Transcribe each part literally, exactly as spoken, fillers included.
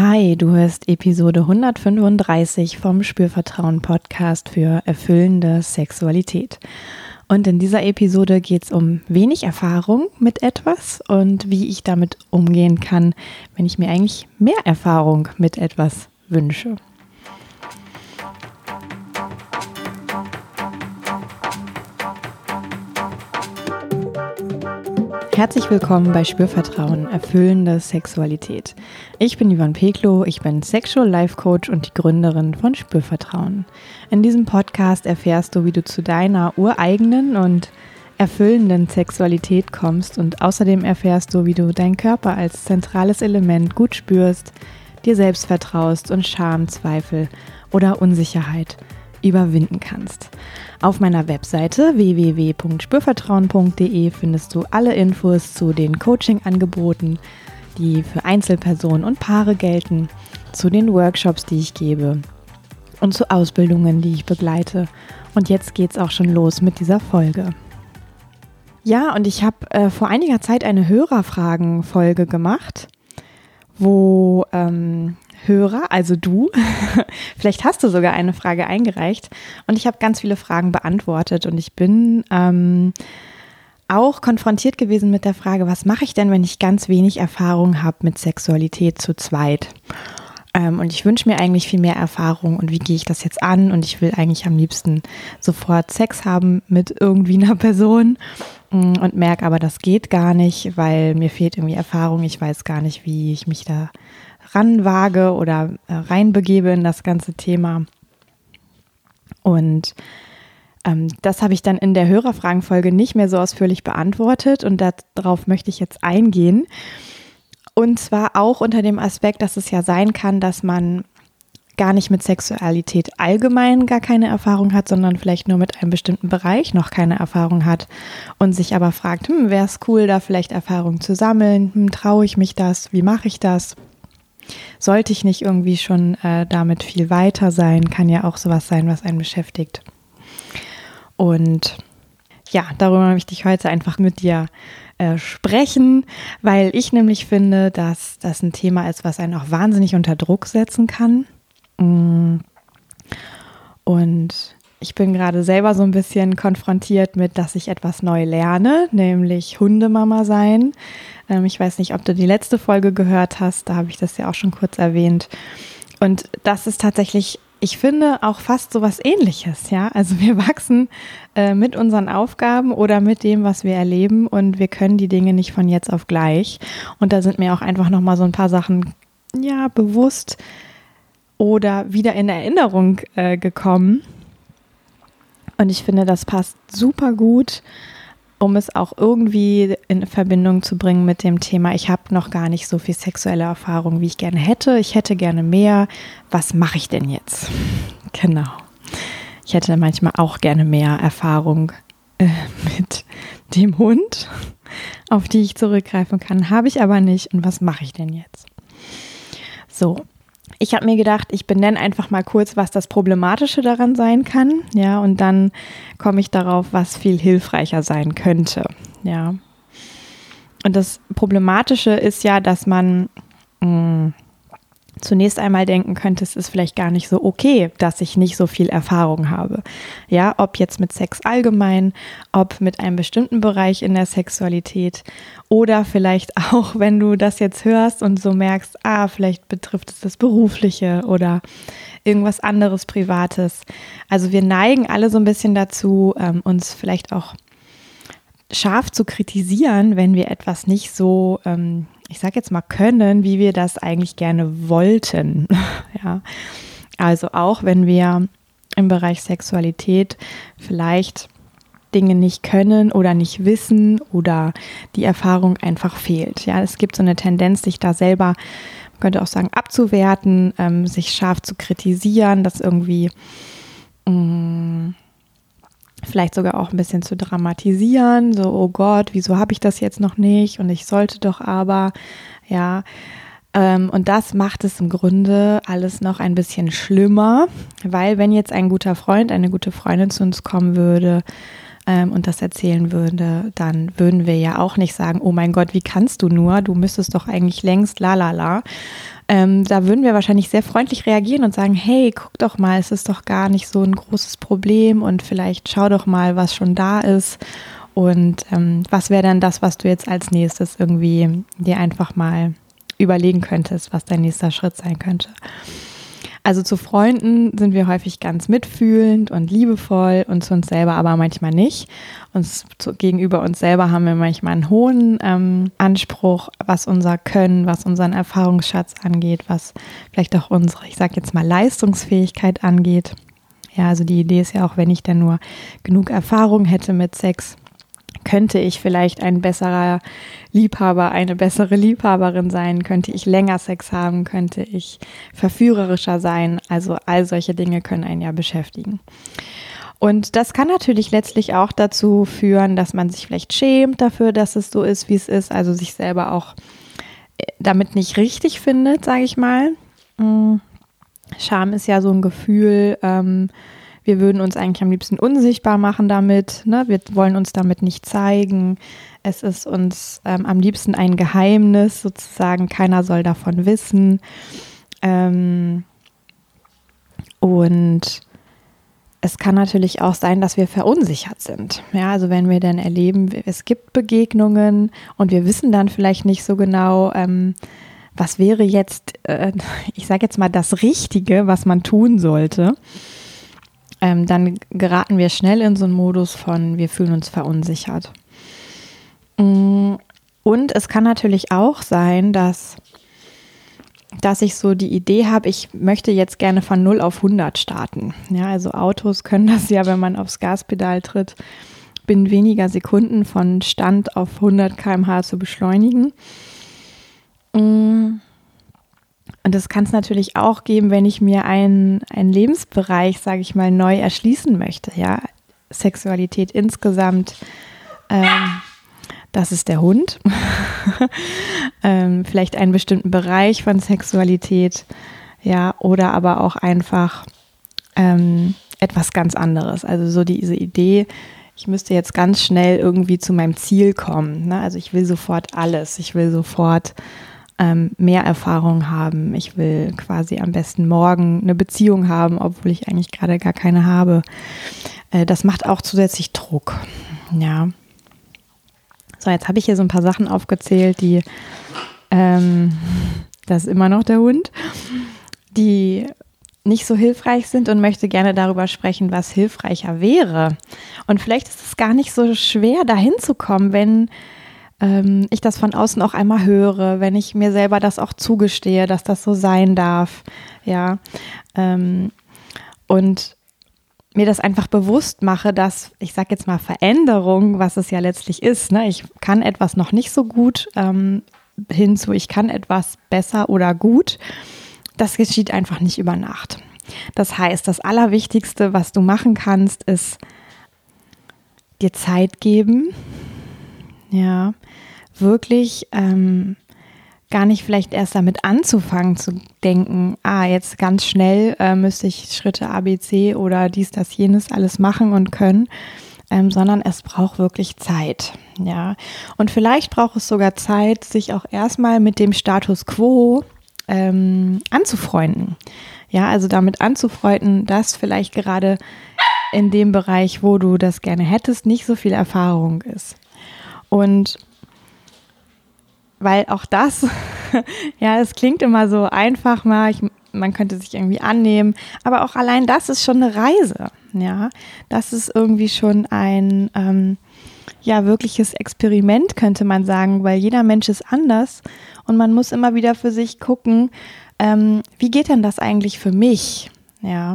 Hi, du hörst Episode hundertfünfunddreißig vom Spürvertrauen-Podcast für erfüllende Sexualität. Und in dieser Episode geht es um wenig Erfahrung mit etwas und wie ich damit umgehen kann, wenn ich mir eigentlich mehr Erfahrung mit etwas wünsche. Herzlich willkommen bei Spürvertrauen, erfüllende Sexualität. Ich bin Yvonne Peklo, ich bin Sexual Life Coach und die Gründerin von Spürvertrauen. In diesem Podcast erfährst du, wie du zu deiner ureigenen und erfüllenden Sexualität kommst und außerdem erfährst du, wie du deinen Körper als zentrales Element gut spürst, dir selbst vertraust und Scham, Zweifel oder Unsicherheit überwinden kannst. Auf meiner Webseite w w w punkt spürvertrauen punkt d e findest du alle Infos zu den Coaching-Angeboten, die für Einzelpersonen und Paare gelten, zu den Workshops, die ich gebe und zu Ausbildungen, die ich begleite. Und jetzt geht's auch schon los mit dieser Folge. Ja, und ich habe äh, vor einiger Zeit eine Hörerfragen-Folge gemacht, wo ähm, Hörer, also du, vielleicht hast du sogar eine Frage eingereicht und ich habe ganz viele Fragen beantwortet und ich bin ähm, auch konfrontiert gewesen mit der Frage, was mache ich denn, wenn ich ganz wenig Erfahrung habe mit Sexualität zu zweit? Ähm, und ich wünsche mir eigentlich viel mehr Erfahrung und wie gehe ich das jetzt an? Und ich will eigentlich am liebsten sofort Sex haben mit irgendwie einer Person und merke aber, das geht gar nicht, weil mir fehlt irgendwie Erfahrung. Ich weiß gar nicht, wie ich mich da ranwage oder äh, reinbegebe in das ganze Thema. Und ähm, das habe ich dann in der Hörerfragenfolge nicht mehr so ausführlich beantwortet und darauf möchte ich jetzt eingehen. Und zwar auch unter dem Aspekt, dass es ja sein kann, dass man gar nicht mit Sexualität allgemein gar keine Erfahrung hat, sondern vielleicht nur mit einem bestimmten Bereich noch keine Erfahrung hat und sich aber fragt, hm, wäre es cool, da vielleicht Erfahrung zu sammeln? Hm, traue ich mich das? Wie mache ich das? Sollte ich nicht irgendwie schon äh, damit viel weiter sein? Kann ja auch sowas sein, was einen beschäftigt. Und ja, darüber möchte ich heute einfach mit dir äh, sprechen, weil ich nämlich finde, dass das ein Thema ist, was einen auch wahnsinnig unter Druck setzen kann. Und ich bin gerade selber so ein bisschen konfrontiert mit, dass ich etwas neu lerne, nämlich Hundemama sein. Ähm, ich weiß nicht, ob du die letzte Folge gehört hast, da habe ich das ja auch schon kurz erwähnt. Und das ist tatsächlich, ich finde, auch fast so was Ähnliches, ja. Also wir wachsen äh, mit unseren Aufgaben oder mit dem, was wir erleben und wir können die Dinge nicht von jetzt auf gleich. Und da sind mir auch einfach nochmal so ein paar Sachen, ja, bewusst oder wieder in Erinnerung äh, gekommen. Und ich finde, das passt super gut, um es auch irgendwie in Verbindung zu bringen mit dem Thema, ich habe noch gar nicht so viel sexuelle Erfahrung, wie ich gerne hätte. Ich hätte gerne mehr. Was mache ich denn jetzt? Genau. Ich hätte manchmal auch gerne mehr Erfahrung äh, mit dem Hund, auf die ich zurückgreifen kann. Habe ich aber nicht. Und was mache ich denn jetzt? So. Ich habe mir gedacht, ich benenne einfach mal kurz, was das Problematische daran sein kann, ja, und dann komme ich darauf, was viel hilfreicher sein könnte, ja. Und das Problematische ist ja, dass man mh, zunächst einmal denken könnte, es ist vielleicht gar nicht so okay, dass ich nicht so viel Erfahrung habe, ja, ob jetzt mit Sex allgemein, ob mit einem bestimmten Bereich in der Sexualität oder vielleicht auch, wenn du das jetzt hörst und so merkst, ah, vielleicht betrifft es das Berufliche oder irgendwas anderes Privates. Also wir neigen alle so ein bisschen dazu, ähm, uns vielleicht auch scharf zu kritisieren, wenn wir etwas nicht so, ähm, ich sage jetzt mal, können, wie wir das eigentlich gerne wollten. Ja, also auch wenn wir im Bereich Sexualität vielleicht Dinge nicht können oder nicht wissen oder die Erfahrung einfach fehlt. Ja, es gibt so eine Tendenz, sich da selber, man könnte auch sagen, abzuwerten, ähm, sich scharf zu kritisieren, das irgendwie mh, vielleicht sogar auch ein bisschen zu dramatisieren, so, oh Gott, wieso habe ich das jetzt noch nicht und ich sollte doch aber, ja, ähm, und das macht es im Grunde alles noch ein bisschen schlimmer, weil wenn jetzt ein guter Freund, eine gute Freundin zu uns kommen würde ähm, und das erzählen würde, dann würden wir ja auch nicht sagen, oh mein Gott, wie kannst du nur, du müsstest doch eigentlich längst la la la, Ähm, da würden wir wahrscheinlich sehr freundlich reagieren und sagen, hey, guck doch mal, es ist doch gar nicht so ein großes Problem und vielleicht schau doch mal, was schon da ist und ähm, was wäre dann das, was du jetzt als nächstes irgendwie dir einfach mal überlegen könntest, was dein nächster Schritt sein könnte. Also zu Freunden sind wir häufig ganz mitfühlend und liebevoll und zu uns selber aber manchmal nicht. Uns zu, gegenüber uns selber haben wir manchmal einen hohen ähm, Anspruch, was unser Können, was unseren Erfahrungsschatz angeht, was vielleicht auch unsere, ich sage jetzt mal, Leistungsfähigkeit angeht. Ja, also die Idee ist ja auch, wenn ich dann nur genug Erfahrung hätte mit Sex, könnte ich vielleicht ein besserer Liebhaber, eine bessere Liebhaberin sein, könnte ich länger Sex haben, könnte ich verführerischer sein. Also all solche Dinge können einen ja beschäftigen. Und das kann natürlich letztlich auch dazu führen, dass man sich vielleicht schämt dafür, dass es so ist, wie es ist, also sich selber auch damit nicht richtig findet, sage ich mal. Scham ist ja so ein Gefühl, ähm, wir würden uns eigentlich am liebsten unsichtbar machen damit, ne? Wir wollen uns damit nicht zeigen. Es ist uns ähm, am liebsten ein Geheimnis sozusagen, keiner soll davon wissen. Ähm, und es kann natürlich auch sein, dass wir verunsichert sind. Ja, also wenn wir dann erleben, es gibt Begegnungen und wir wissen dann vielleicht nicht so genau, ähm, was wäre jetzt, äh, ich sage jetzt mal, das Richtige, was man tun sollte. Ähm, dann geraten wir schnell in so einen Modus von, wir fühlen uns verunsichert. Und es kann natürlich auch sein, dass, dass ich so die Idee habe, ich möchte jetzt gerne von null auf hundert starten. Ja, also Autos können das ja, wenn man aufs Gaspedal tritt, binnen weniger Sekunden von Stand auf hundert Kilometer pro Stunde zu beschleunigen. Und das kann es natürlich auch geben, wenn ich mir einen, einen Lebensbereich, sage ich mal, neu erschließen möchte. Ja, Sexualität insgesamt, ähm, das ist der Hund. ähm, vielleicht einen bestimmten Bereich von Sexualität, ja, oder aber auch einfach ähm, etwas ganz anderes. Also so diese Idee, ich müsste jetzt ganz schnell irgendwie zu meinem Ziel kommen. Ne? Also ich will sofort alles. Ich will sofort mehr Erfahrung haben. Ich will quasi am besten morgen eine Beziehung haben, obwohl ich eigentlich gerade gar keine habe. Das macht auch zusätzlich Druck. Ja. So, jetzt habe ich hier so ein paar Sachen aufgezählt, die, ähm, das ist immer noch der Hund, die nicht so hilfreich sind und möchte gerne darüber sprechen, was hilfreicher wäre. Und vielleicht ist es gar nicht so schwer, dahin zu kommen, wenn ich das von außen auch einmal höre, wenn ich mir selber das auch zugestehe, dass das so sein darf, ja, ähm, und mir das einfach bewusst mache, dass, ich sage jetzt mal Veränderung, was es ja letztlich ist, ne, ich kann etwas noch nicht so gut, ähm, hinzu, ich kann etwas besser oder gut, das geschieht einfach nicht über Nacht. Das heißt, das Allerwichtigste, was du machen kannst, ist dir Zeit geben, ja, wirklich ähm, gar nicht vielleicht erst damit anzufangen zu denken, ah, jetzt ganz schnell äh, müsste ich Schritte A, B, C oder dies, das, jenes alles machen und können, ähm, sondern es braucht wirklich Zeit, ja. Und vielleicht braucht es sogar Zeit, sich auch erstmal mit dem Status quo ähm, anzufreunden. Ja, also damit anzufreunden, dass vielleicht gerade in dem Bereich, wo du das gerne hättest, nicht so viel Erfahrung ist. Und weil auch das, ja, es klingt immer so einfach mal, ich, man könnte sich irgendwie annehmen, aber auch allein das ist schon eine Reise, ja. Das ist irgendwie schon ein, ähm, ja, wirkliches Experiment, könnte man sagen, weil jeder Mensch ist anders und man muss immer wieder für sich gucken, ähm, wie geht denn das eigentlich für mich, ja.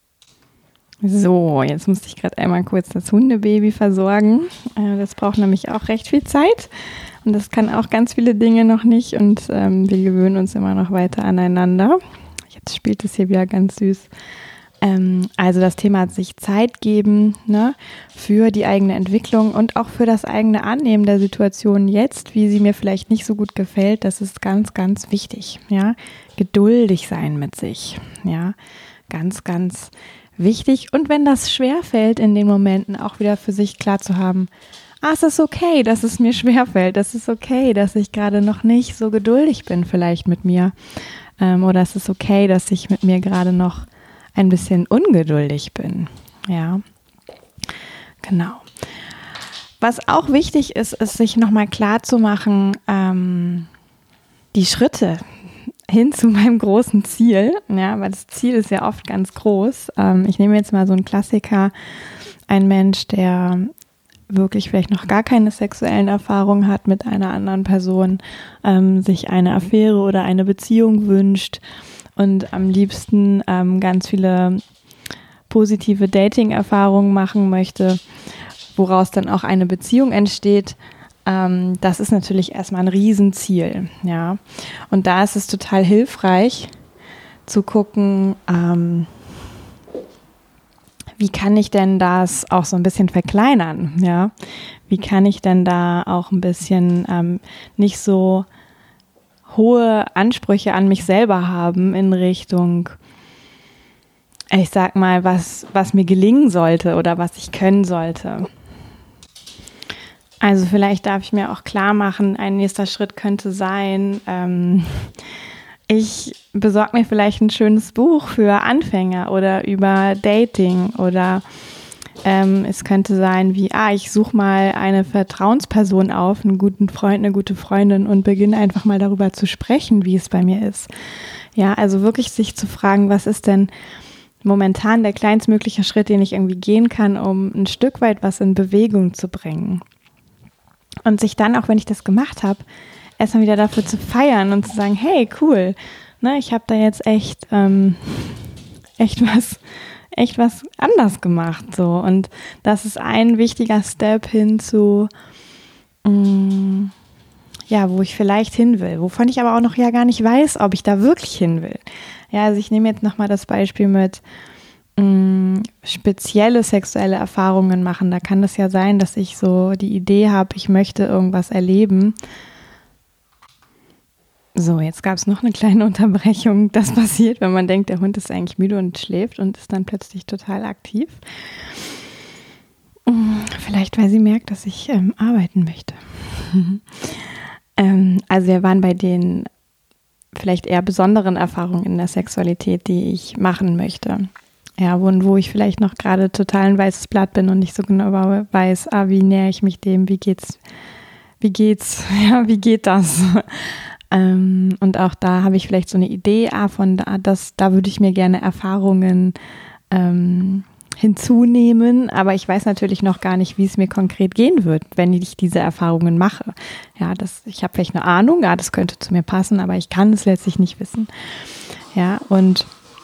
So, jetzt musste ich gerade einmal kurz das Hundebaby versorgen. Das braucht nämlich auch recht viel Zeit und das kann auch ganz viele Dinge noch nicht und ähm, wir gewöhnen uns immer noch weiter aneinander. Jetzt spielt es hier wieder ganz süß. Ähm, also das Thema sich Zeit geben, ne, für die eigene Entwicklung und auch für das eigene Annehmen der Situation jetzt, wie sie mir vielleicht nicht so gut gefällt, das ist ganz, ganz wichtig. Ja, geduldig sein mit sich, ja, ganz, ganz wichtig. Und wenn das schwerfällt in den Momenten, auch wieder für sich klar zu haben, ah, es ist okay, dass es mir schwerfällt, es ist okay, dass ich gerade noch nicht so geduldig bin vielleicht mit mir. Ähm, oder es ist okay, dass ich mit mir gerade noch ein bisschen ungeduldig bin. Ja, genau. Was auch wichtig ist, ist sich nochmal klar zu machen, ähm, die Schritte hin zu meinem großen Ziel, ja, weil das Ziel ist ja oft ganz groß. Ähm, ich nehme jetzt mal so einen Klassiker, ein Mensch, der wirklich vielleicht noch gar keine sexuellen Erfahrungen hat mit einer anderen Person, ähm, sich eine Affäre oder eine Beziehung wünscht und am liebsten ähm, ganz viele positive Dating-Erfahrungen machen möchte, woraus dann auch eine Beziehung entsteht. Ähm, das ist natürlich erstmal ein Riesenziel, ja. Und da ist es total hilfreich zu gucken, ähm, wie kann ich denn das auch so ein bisschen verkleinern, ja? Wie kann ich denn da auch ein bisschen ähm, nicht so hohe Ansprüche an mich selber haben in Richtung, ich sag mal, was, was mir gelingen sollte oder was ich können sollte. Also vielleicht darf ich mir auch klar machen, ein nächster Schritt könnte sein, ähm, ich besorge mir vielleicht ein schönes Buch für Anfänger oder über Dating oder ähm, es könnte sein wie, ah, ich suche mal eine Vertrauensperson auf, einen guten Freund, eine gute Freundin und beginne einfach mal darüber zu sprechen, wie es bei mir ist. Ja, also wirklich sich zu fragen, was ist denn momentan der kleinstmögliche Schritt, den ich irgendwie gehen kann, um ein Stück weit was in Bewegung zu bringen. Und sich dann, auch wenn ich das gemacht habe, erstmal wieder dafür zu feiern und zu sagen, hey, cool, ne, ich habe da jetzt echt, ähm, echt was, echt was anders gemacht, so. Und das ist ein wichtiger Step hin zu, mh, ja, wo ich vielleicht hin will, wovon ich aber auch noch ja gar nicht weiß, ob ich da wirklich hin will. Ja, also ich nehme jetzt nochmal das Beispiel mit mh, spezielle sexuelle Erfahrungen machen. Da kann es ja sein, dass ich so die Idee habe, ich möchte irgendwas erleben. So, jetzt gab es noch eine kleine Unterbrechung. Das passiert, wenn man denkt, der Hund ist eigentlich müde und schläft und ist dann plötzlich total aktiv. Vielleicht, weil sie merkt, dass ich ähm, arbeiten möchte. ähm, also wir waren bei den vielleicht eher besonderen Erfahrungen in der Sexualität, die ich machen möchte. Ja, wo, wo ich vielleicht noch gerade total ein weißes Blatt bin und nicht so genau weiß, ah, wie nähere ich mich dem, wie geht's, wie geht's, ja, wie geht das? Ähm, und auch da habe ich vielleicht so eine Idee, ah, von da, das, da würde ich mir gerne Erfahrungen ähm, hinzunehmen, aber ich weiß natürlich noch gar nicht, wie es mir konkret gehen wird, wenn ich diese Erfahrungen mache. Ja, das, ich habe vielleicht eine Ahnung, ja, das könnte zu mir passen, aber ich kann es letztlich nicht wissen. Ja, und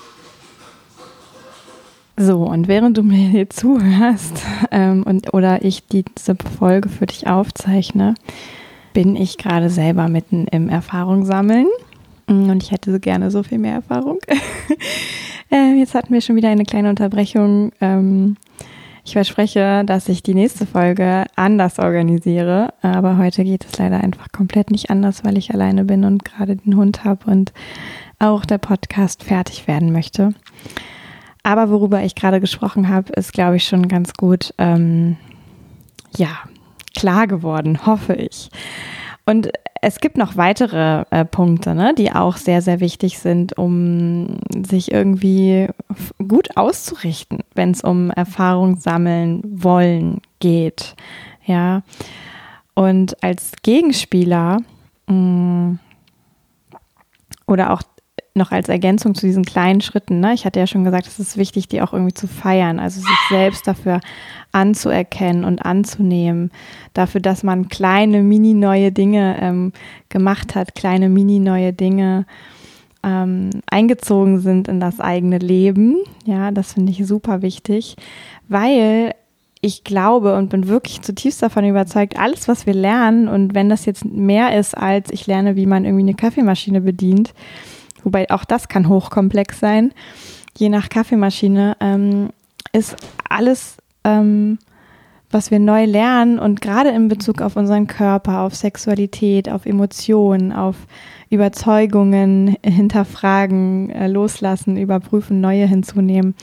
so, und während du mir hier zuhörst ähm, und, oder ich diese Folge für dich aufzeichne, bin ich gerade selber mitten im Erfahrung sammeln und ich hätte so gerne so viel mehr Erfahrung. äh, jetzt hatten wir schon wieder eine kleine Unterbrechung. Ähm, ich verspreche, dass ich die nächste Folge anders organisiere, aber heute geht es leider einfach komplett nicht anders, weil ich alleine bin und gerade den Hund habe und auch der Podcast fertig werden möchte. Aber worüber ich gerade gesprochen habe, ist, glaube ich, schon ganz gut, ähm, ja, klar geworden, hoffe ich. Und es gibt noch weitere äh, Punkte, ne, die auch sehr, sehr wichtig sind, um sich irgendwie f- gut auszurichten, wenn es um Erfahrung sammeln wollen geht. Ja. Und als Gegenspieler mh, oder auch noch als Ergänzung zu diesen kleinen Schritten, ne? Ich hatte ja schon gesagt, es ist wichtig, die auch irgendwie zu feiern, also sich selbst dafür anzuerkennen und anzunehmen, dafür, dass man kleine, mini-neue Dinge ähm, gemacht hat, kleine, mini-neue Dinge ähm, eingezogen sind in das eigene Leben. Ja, das finde ich super wichtig, weil ich glaube und bin wirklich zutiefst davon überzeugt, alles, was wir lernen und wenn das jetzt mehr ist, als ich lerne, wie man irgendwie eine Kaffeemaschine bedient, wobei auch das kann hochkomplex sein, je nach Kaffeemaschine, ähm, ist alles, ähm, was wir neu lernen und gerade in Bezug auf unseren Körper, auf Sexualität, auf Emotionen, auf Überzeugungen hinterfragen, äh, loslassen, überprüfen, neue hinzunehmen,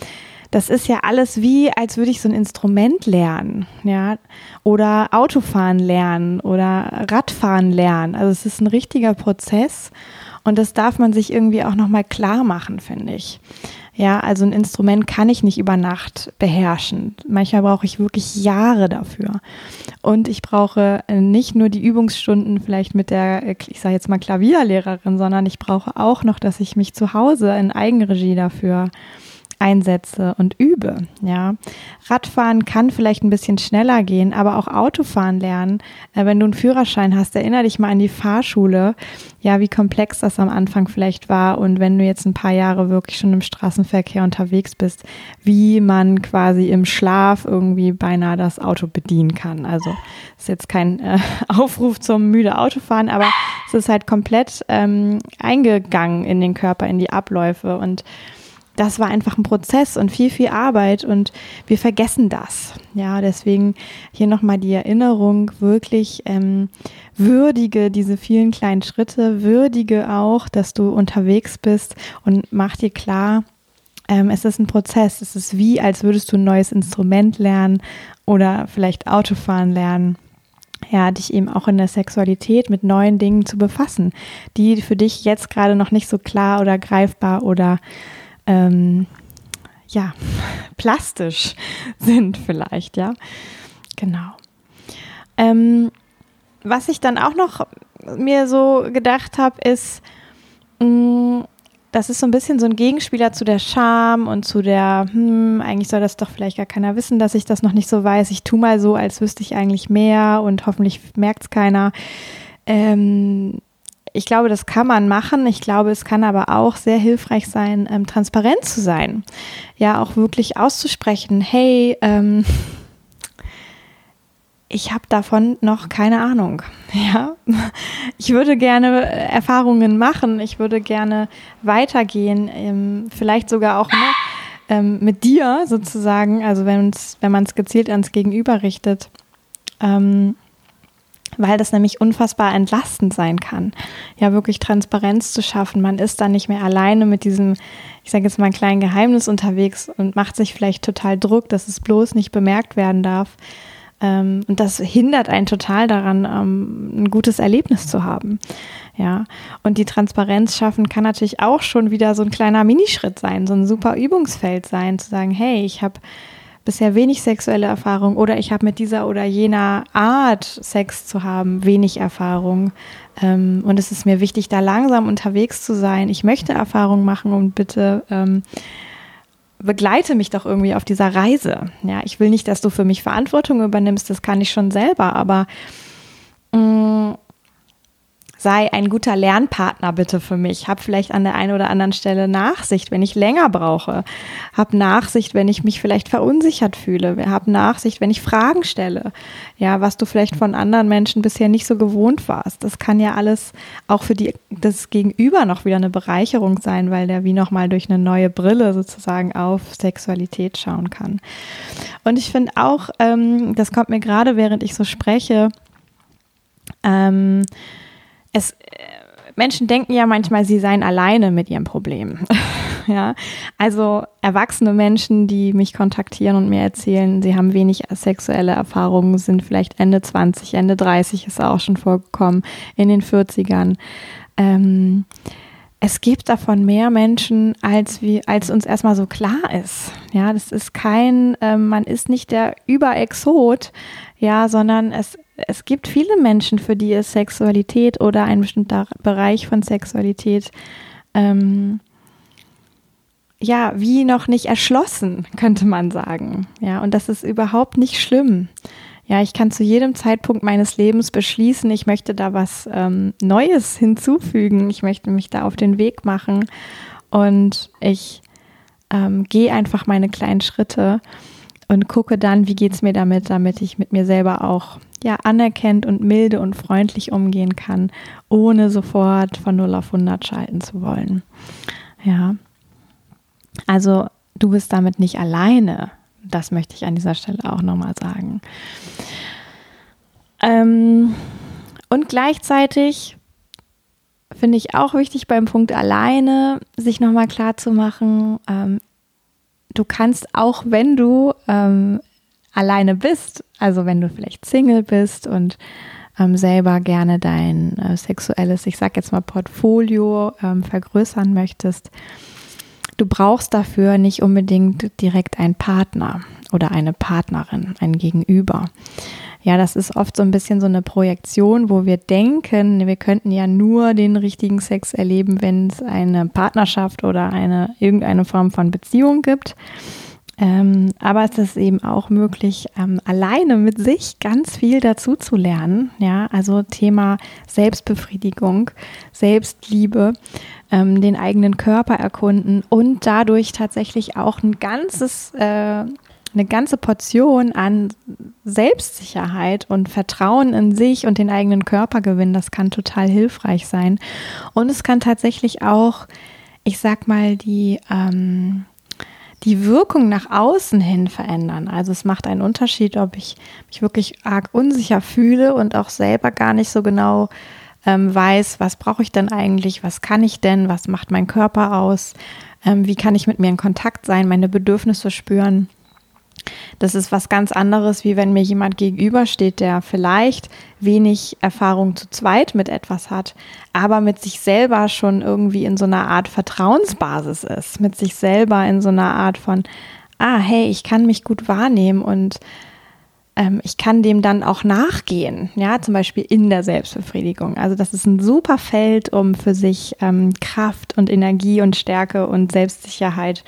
das ist ja alles wie, als würde ich so ein Instrument lernen, ja, oder Autofahren lernen oder Radfahren lernen. Also es ist ein richtiger Prozess und das darf man sich irgendwie auch nochmal klar machen, finde ich. Ja, also ein Instrument kann ich nicht über Nacht beherrschen. Manchmal brauche ich wirklich Jahre dafür. Und ich brauche nicht nur die Übungsstunden vielleicht mit der, ich sage jetzt mal Klavierlehrerin, sondern ich brauche auch noch, dass ich mich zu Hause in Eigenregie dafür einsetze und übe, ja. Radfahren kann vielleicht ein bisschen schneller gehen, aber auch Autofahren lernen, äh, wenn du einen Führerschein hast, erinnere dich mal an die Fahrschule, ja, wie komplex das am Anfang vielleicht war und wenn du jetzt ein paar Jahre wirklich schon im Straßenverkehr unterwegs bist, wie man quasi im Schlaf irgendwie beinahe das Auto bedienen kann. Also ist jetzt kein äh, Aufruf zum müde Autofahren, aber es ist halt komplett ähm, eingegangen in den Körper, in die Abläufe und das war einfach ein Prozess und viel, viel Arbeit und wir vergessen das. Ja, deswegen hier nochmal die Erinnerung, wirklich ähm, würdige diese vielen kleinen Schritte, würdige auch, dass du unterwegs bist und mach dir klar, ähm, es ist ein Prozess. Es ist wie, als würdest du ein neues Instrument lernen oder vielleicht Autofahren lernen. Ja, dich eben auch in der Sexualität mit neuen Dingen zu befassen, die für dich jetzt gerade noch nicht so klar oder greifbar oder Ähm, ja, plastisch sind vielleicht, ja, genau. Ähm, was ich dann auch noch mir so gedacht habe, ist, mh, das ist so ein bisschen so ein Gegenspieler zu der Scham und zu der, hm, eigentlich soll das doch vielleicht gar keiner wissen, dass ich das noch nicht so weiß. Ich tue mal so, als wüsste ich eigentlich mehr und hoffentlich merkt es keiner. Ähm, Ich glaube, das kann man machen. Ich glaube, es kann aber auch sehr hilfreich sein, ähm, transparent zu sein. Ja, auch wirklich auszusprechen, hey, ähm, ich habe davon noch keine Ahnung. Ja, ich würde gerne Erfahrungen machen. Ich würde gerne weitergehen, ähm, vielleicht sogar auch ne, ähm, mit dir sozusagen. Also wenn wenn man es gezielt ans Gegenüber richtet. Ähm, weil das nämlich unfassbar entlastend sein kann, ja wirklich Transparenz zu schaffen. Man ist dann nicht mehr alleine mit diesem, ich sage jetzt mal, kleinen Geheimnis unterwegs und macht sich vielleicht total Druck, dass es bloß nicht bemerkt werden darf. Und das hindert einen total daran, ein gutes Erlebnis zu haben. Ja, und die Transparenz schaffen kann natürlich auch schon wieder so ein kleiner Minischritt sein, so ein super Übungsfeld sein, zu sagen, hey, ich habe bisher wenig sexuelle Erfahrung oder ich habe mit dieser oder jener Art Sex zu haben wenig Erfahrung ähm, und es ist mir wichtig, da langsam unterwegs zu sein. Ich möchte Erfahrung machen und bitte ähm, begleite mich doch irgendwie auf dieser Reise. Ja, ich will nicht, dass du für mich Verantwortung übernimmst, das kann ich schon selber, aber mh, sei ein guter Lernpartner bitte für mich. Hab vielleicht an der einen oder anderen Stelle Nachsicht, wenn ich länger brauche. Hab Nachsicht, wenn ich mich vielleicht verunsichert fühle. Hab Nachsicht, wenn ich Fragen stelle. Ja, was du vielleicht von anderen Menschen bisher nicht so gewohnt warst. Das kann ja alles auch für die, das Gegenüber noch wieder eine Bereicherung sein, weil der wie nochmal durch eine neue Brille sozusagen auf Sexualität schauen kann. Und ich finde auch, ähm, das kommt mir gerade, während ich so spreche, ähm, Es, Menschen denken ja manchmal, sie seien alleine mit ihrem Problem. Ja, also erwachsene Menschen, die mich kontaktieren und mir erzählen, sie haben wenig sexuelle Erfahrungen, sind vielleicht Ende zwanzig, Ende dreißig, ist auch schon vorgekommen, in den vierzigern. Ähm, es gibt davon mehr Menschen, als, wie, als uns erstmal so klar ist. Ja, das ist kein, äh, man ist nicht der Überexot, ja, sondern es Es gibt viele Menschen, für die ist Sexualität oder ein bestimmter Bereich von Sexualität ähm, ja, wie noch nicht erschlossen, könnte man sagen. Ja, und das ist überhaupt nicht schlimm. Ja, ich kann zu jedem Zeitpunkt meines Lebens beschließen, ich möchte da was ähm, Neues hinzufügen. Ich möchte mich da auf den Weg machen und ich ähm, gehe einfach meine kleinen Schritte und gucke dann, wie geht's mir damit, damit ich mit mir selber auch ja anerkennt und milde und freundlich umgehen kann, ohne sofort von null auf hundert schalten zu wollen. Ja, also du bist damit nicht alleine. Das möchte ich an dieser Stelle auch nochmal sagen. Ähm, und gleichzeitig finde ich auch wichtig beim Punkt alleine, sich nochmal klar zu machen, ähm, du kannst auch, wenn du ähm, alleine bist, also wenn du vielleicht Single bist und ähm, selber gerne dein äh, sexuelles, ich sag jetzt mal Portfolio ähm, vergrößern möchtest, du brauchst dafür nicht unbedingt direkt einen Partner oder eine Partnerin, ein Gegenüber. Ja, das ist oft so ein bisschen so eine Projektion, wo wir denken, wir könnten ja nur den richtigen Sex erleben, wenn es eine Partnerschaft oder eine irgendeine Form von Beziehung gibt. Ähm, aber es ist eben auch möglich, ähm, alleine mit sich ganz viel dazu zu lernen. Ja, also Thema Selbstbefriedigung, Selbstliebe, ähm, den eigenen Körper erkunden und dadurch tatsächlich auch ein ganzes, äh, eine ganze Portion an Selbstsicherheit und Vertrauen in sich und den eigenen Körper gewinnen. Das kann total hilfreich sein. Und es kann tatsächlich auch, ich sag mal, die ähm, die Wirkung nach außen hin verändern. Also es macht einen Unterschied, ob ich mich wirklich arg unsicher fühle und auch selber gar nicht so genau ähm, weiß, was brauche ich denn eigentlich, was kann ich denn, was macht mein Körper aus, ähm, wie kann ich mit mir in Kontakt sein, meine Bedürfnisse spüren. Das ist was ganz anderes, wie wenn mir jemand gegenübersteht, der vielleicht wenig Erfahrung zu zweit mit etwas hat, aber mit sich selber schon irgendwie in so einer Art Vertrauensbasis ist, mit sich selber in so einer Art von, ah, hey, ich kann mich gut wahrnehmen und ähm, ich kann dem dann auch nachgehen, ja, zum Beispiel in der Selbstbefriedigung. Also das ist ein super Feld, um für sich ähm, Kraft und Energie und Stärke und Selbstsicherheit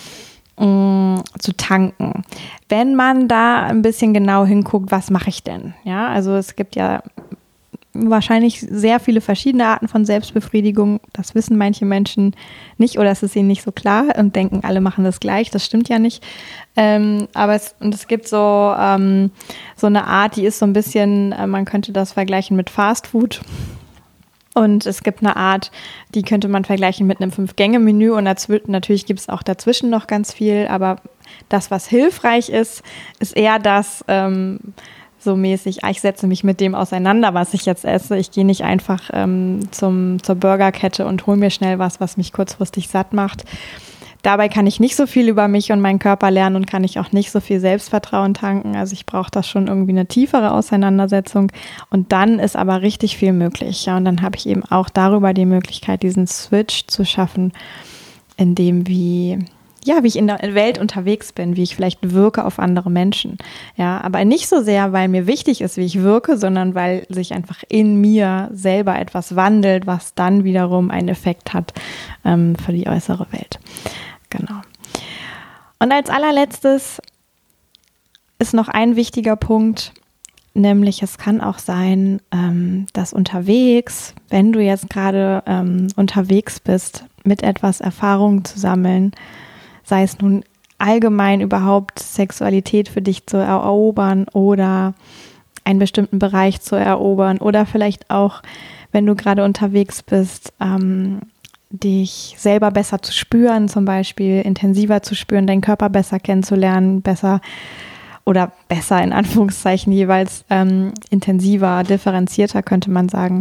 zu tanken. Wenn man da ein bisschen genau hinguckt, was mache ich denn? Ja, also es gibt ja wahrscheinlich sehr viele verschiedene Arten von Selbstbefriedigung. Das wissen manche Menschen nicht oder es ist ihnen nicht so klar und denken, alle machen das gleich. Das stimmt ja nicht. Ähm, aber es, und es gibt so, ähm, so eine Art, die ist so ein bisschen, äh, man könnte das vergleichen mit Fast Food. Und es gibt eine Art, die könnte man vergleichen mit einem Fünf-Gänge-Menü und dazw- natürlich gibt es auch dazwischen noch ganz viel, aber das, was hilfreich ist, ist eher das ähm, so mäßig, ah, ich setze mich mit dem auseinander, was ich jetzt esse. Ich gehe nicht einfach ähm, zum, zur Burgerkette und hole mir schnell was, was mich kurzfristig satt macht. Dabei kann ich nicht so viel über mich und meinen Körper lernen und kann ich auch nicht so viel Selbstvertrauen tanken. Also ich brauche da schon irgendwie eine tiefere Auseinandersetzung. Und dann ist aber richtig viel möglich. Ja, und dann habe ich eben auch darüber die Möglichkeit, diesen Switch zu schaffen, in dem wie, ja, wie ich in der Welt unterwegs bin, wie ich vielleicht wirke auf andere Menschen. Ja, aber nicht so sehr, weil mir wichtig ist, wie ich wirke, sondern weil sich einfach in mir selber etwas wandelt, was dann wiederum einen Effekt hat ähm, für die äußere Welt. Genau. Und als allerletztes ist noch ein wichtiger Punkt, nämlich es kann auch sein, ähm, dass unterwegs, wenn du jetzt gerade ähm, unterwegs bist, mit etwas Erfahrung zu sammeln, sei es nun allgemein überhaupt Sexualität für dich zu erobern oder einen bestimmten Bereich zu erobern oder vielleicht auch, wenn du gerade unterwegs bist, ähm, dich selber besser zu spüren, zum Beispiel intensiver zu spüren, deinen Körper besser kennenzulernen, besser oder besser in Anführungszeichen jeweils ähm, intensiver, differenzierter könnte man sagen.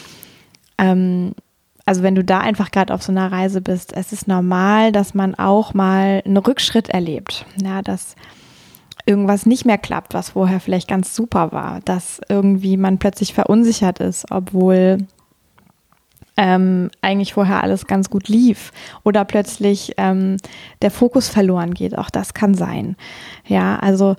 Ähm, also wenn du da einfach gerade auf so einer Reise bist, es ist normal, dass man auch mal einen Rückschritt erlebt, ja, dass irgendwas nicht mehr klappt, was vorher vielleicht ganz super war, dass irgendwie man plötzlich verunsichert ist, obwohl Ähm, eigentlich vorher alles ganz gut lief oder plötzlich ähm, der Fokus verloren geht. Auch das kann sein. Ja, also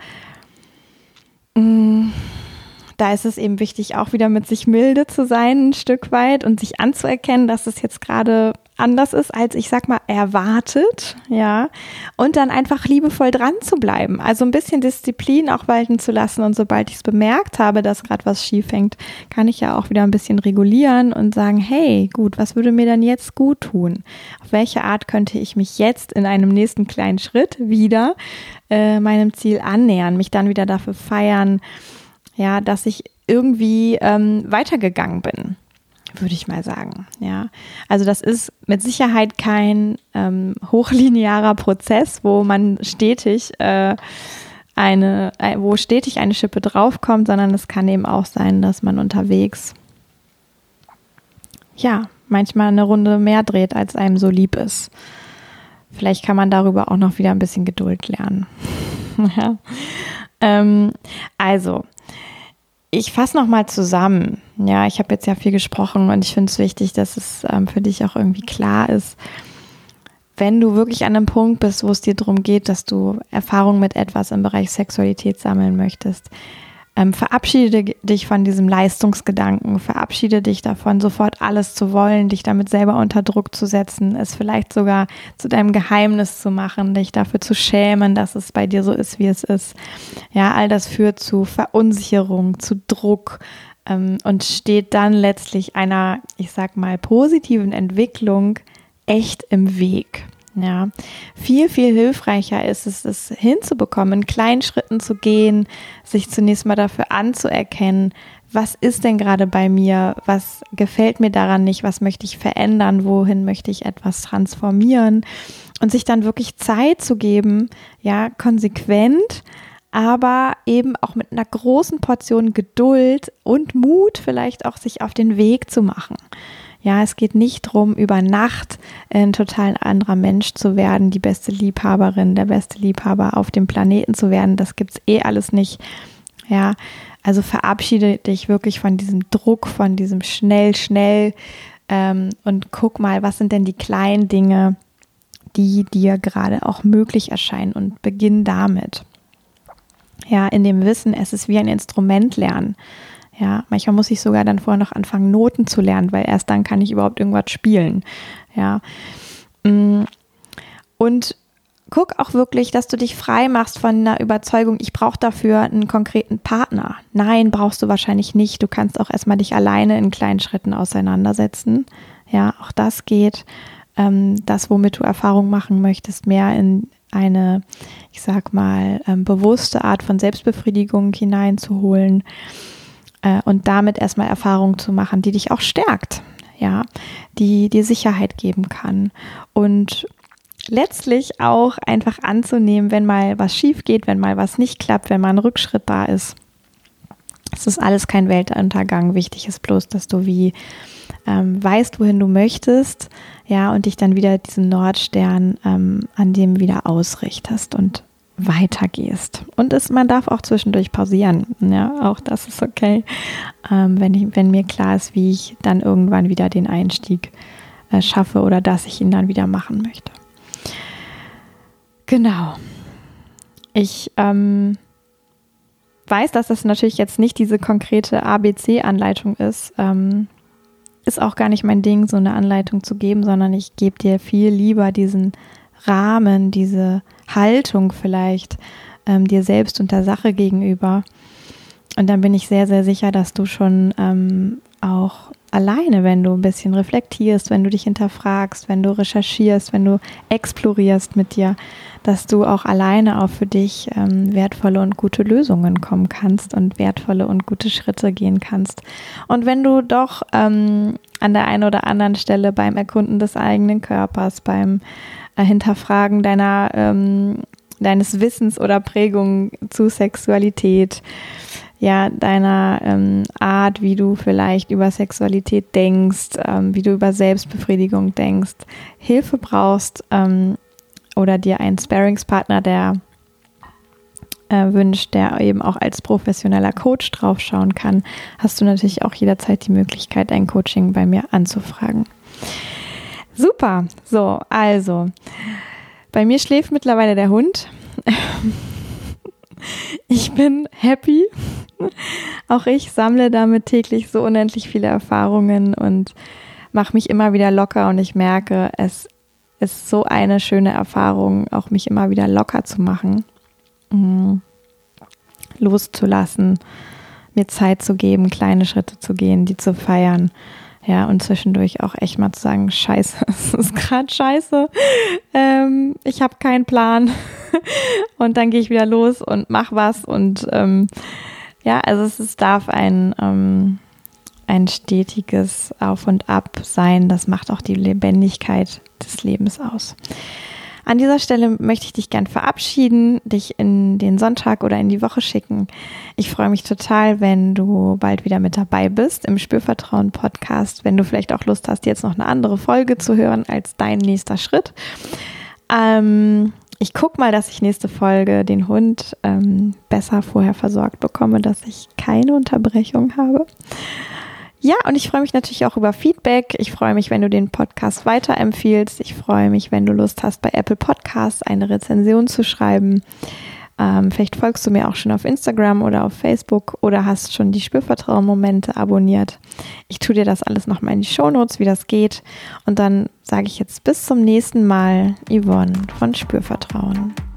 mh, da ist es eben wichtig, auch wieder mit sich milde zu sein, ein Stück weit und sich anzuerkennen, dass es jetzt gerade anders ist, als ich sag mal erwartet, ja, und dann einfach liebevoll dran zu bleiben. Also ein bisschen Disziplin auch walten zu lassen und sobald ich es bemerkt habe, dass gerade was schief hängt, kann ich ja auch wieder ein bisschen regulieren und sagen, hey, gut, was würde mir dann jetzt gut tun? Auf welche Art könnte ich mich jetzt in einem nächsten kleinen Schritt wieder äh, meinem Ziel annähern, mich dann wieder dafür feiern, ja, dass ich irgendwie ähm, weitergegangen bin, würde ich mal sagen. Ja, also das ist mit Sicherheit kein ähm, hochlinearer Prozess, wo man stetig äh, eine, äh, wo stetig eine Schippe draufkommt, sondern es kann eben auch sein, dass man unterwegs ja manchmal eine Runde mehr dreht, als einem so lieb ist. Vielleicht kann man darüber auch noch wieder ein bisschen Geduld lernen. ja. ähm, also, ich fasse nochmal zusammen. Ja, ich habe jetzt ja viel gesprochen und ich finde es wichtig, dass es ähm, für dich auch irgendwie klar ist, wenn du wirklich an einem Punkt bist, wo es dir darum geht, dass du Erfahrung mit etwas im Bereich Sexualität sammeln möchtest, ähm, verabschiede dich von diesem Leistungsgedanken, verabschiede dich davon, sofort alles zu wollen, dich damit selber unter Druck zu setzen, es vielleicht sogar zu deinem Geheimnis zu machen, dich dafür zu schämen, dass es bei dir so ist, wie es ist. Ja, all das führt zu Verunsicherung, zu Druck, ähm, und steht dann letztlich einer, ich sag mal, positiven Entwicklung echt im Weg. Ja, viel, viel hilfreicher ist es, es hinzubekommen, in kleinen Schritten zu gehen, sich zunächst mal dafür anzuerkennen, was ist denn gerade bei mir, was gefällt mir daran nicht, was möchte ich verändern, wohin möchte ich etwas transformieren und sich dann wirklich Zeit zu geben, ja, konsequent, aber eben auch mit einer großen Portion Geduld und Mut vielleicht auch sich auf den Weg zu machen. Ja, es geht nicht darum, über Nacht ein total anderer Mensch zu werden, die beste Liebhaberin, der beste Liebhaber auf dem Planeten zu werden. Das gibt's eh alles nicht. Ja, also verabschiede dich wirklich von diesem Druck, von diesem schnell, schnell ähm, und guck mal, was sind denn die kleinen Dinge, die dir gerade auch möglich erscheinen und beginn damit. Ja, in dem Wissen, es ist wie ein Instrument lernen. Ja, manchmal muss ich sogar dann vorher noch anfangen, Noten zu lernen, weil erst dann kann ich überhaupt irgendwas spielen. Ja. Und guck auch wirklich, dass du dich frei machst von einer Überzeugung, ich brauche dafür einen konkreten Partner. Nein, brauchst du wahrscheinlich nicht. Du kannst auch erstmal dich alleine in kleinen Schritten auseinandersetzen. Ja, auch das geht. Das, womit du Erfahrung machen möchtest, mehr in eine, ich sag mal, bewusste Art von Selbstbefriedigung hineinzuholen. Und damit erstmal Erfahrungen zu machen, die dich auch stärkt, ja, die dir Sicherheit geben kann. Und letztlich auch einfach anzunehmen, wenn mal was schief geht, wenn mal was nicht klappt, wenn mal ein Rückschritt da ist. Es ist alles kein Weltuntergang. Wichtig ist bloß, dass du wie ähm, weißt, wohin du möchtest, ja, und dich dann wieder diesem Nordstern ähm, an dem wieder ausrichtest und weitergehst. Und es, man darf auch zwischendurch pausieren. Ja, auch das ist okay, ähm, wenn, ich, wenn mir klar ist, wie ich dann irgendwann wieder den Einstieg äh, schaffe oder dass ich ihn dann wieder machen möchte. Genau. Ich ähm, weiß, dass das natürlich jetzt nicht diese konkrete A B C-Anleitung ist. Ähm, ist auch gar nicht mein Ding, so eine Anleitung zu geben, sondern ich gebe dir viel lieber diesen Rahmen, diese Haltung vielleicht ähm, dir selbst und der Sache gegenüber. Und dann bin ich sehr, sehr sicher, dass du schon ähm, auch alleine, wenn du ein bisschen reflektierst, wenn du dich hinterfragst, wenn du recherchierst, wenn du explorierst mit dir, dass du auch alleine auch für dich ähm, wertvolle und gute Lösungen kommen kannst und wertvolle und gute Schritte gehen kannst. Und wenn du doch ähm, an der einen oder anderen Stelle beim Erkunden des eigenen Körpers, beim äh, Hinterfragen deiner, ähm, deines Wissens oder Prägung zu Sexualität, ja, deiner ähm, Art, wie du vielleicht über Sexualität denkst, ähm, wie du über Selbstbefriedigung denkst, Hilfe brauchst ähm, oder dir einen Sparringspartner, der äh, wünscht, der eben auch als professioneller Coach draufschauen kann, hast du natürlich auch jederzeit die Möglichkeit, ein Coaching bei mir anzufragen. Super, so, also, bei mir schläft mittlerweile der Hund. Ich bin happy. Auch ich sammle damit täglich so unendlich viele Erfahrungen und mache mich immer wieder locker und ich merke, es ist so eine schöne Erfahrung, auch mich immer wieder locker zu machen, loszulassen, mir Zeit zu geben, kleine Schritte zu gehen, die zu feiern. Ja, und zwischendurch auch echt mal zu sagen, scheiße, es ist gerade scheiße, ähm, ich habe keinen Plan und dann gehe ich wieder los und mach was und ähm, ja, also es, es darf ein, ähm, ein stetiges Auf und Ab sein, das macht auch die Lebendigkeit des Lebens aus. An dieser Stelle möchte ich dich gern verabschieden, dich in den Sonntag oder in die Woche schicken. Ich freue mich total, wenn du bald wieder mit dabei bist im Spürvertrauen-Podcast, wenn du vielleicht auch Lust hast, jetzt noch eine andere Folge zu hören als dein nächster Schritt. Ähm, ich gucke mal, dass ich nächste Folge den Hund ähm, besser vorher versorgt bekomme, dass ich keine Unterbrechung habe. Ja, und ich freue mich natürlich auch über Feedback. Ich freue mich, wenn du den Podcast weiterempfiehlst. Ich freue mich, wenn du Lust hast, bei Apple Podcasts eine Rezension zu schreiben. Ähm, vielleicht folgst du mir auch schon auf Instagram oder auf Facebook oder hast schon die Spürvertrauen-Momente abonniert. Ich tue dir das alles nochmal in die Shownotes, wie das geht. Und dann sage ich jetzt bis zum nächsten Mal, Yvonne von Spürvertrauen.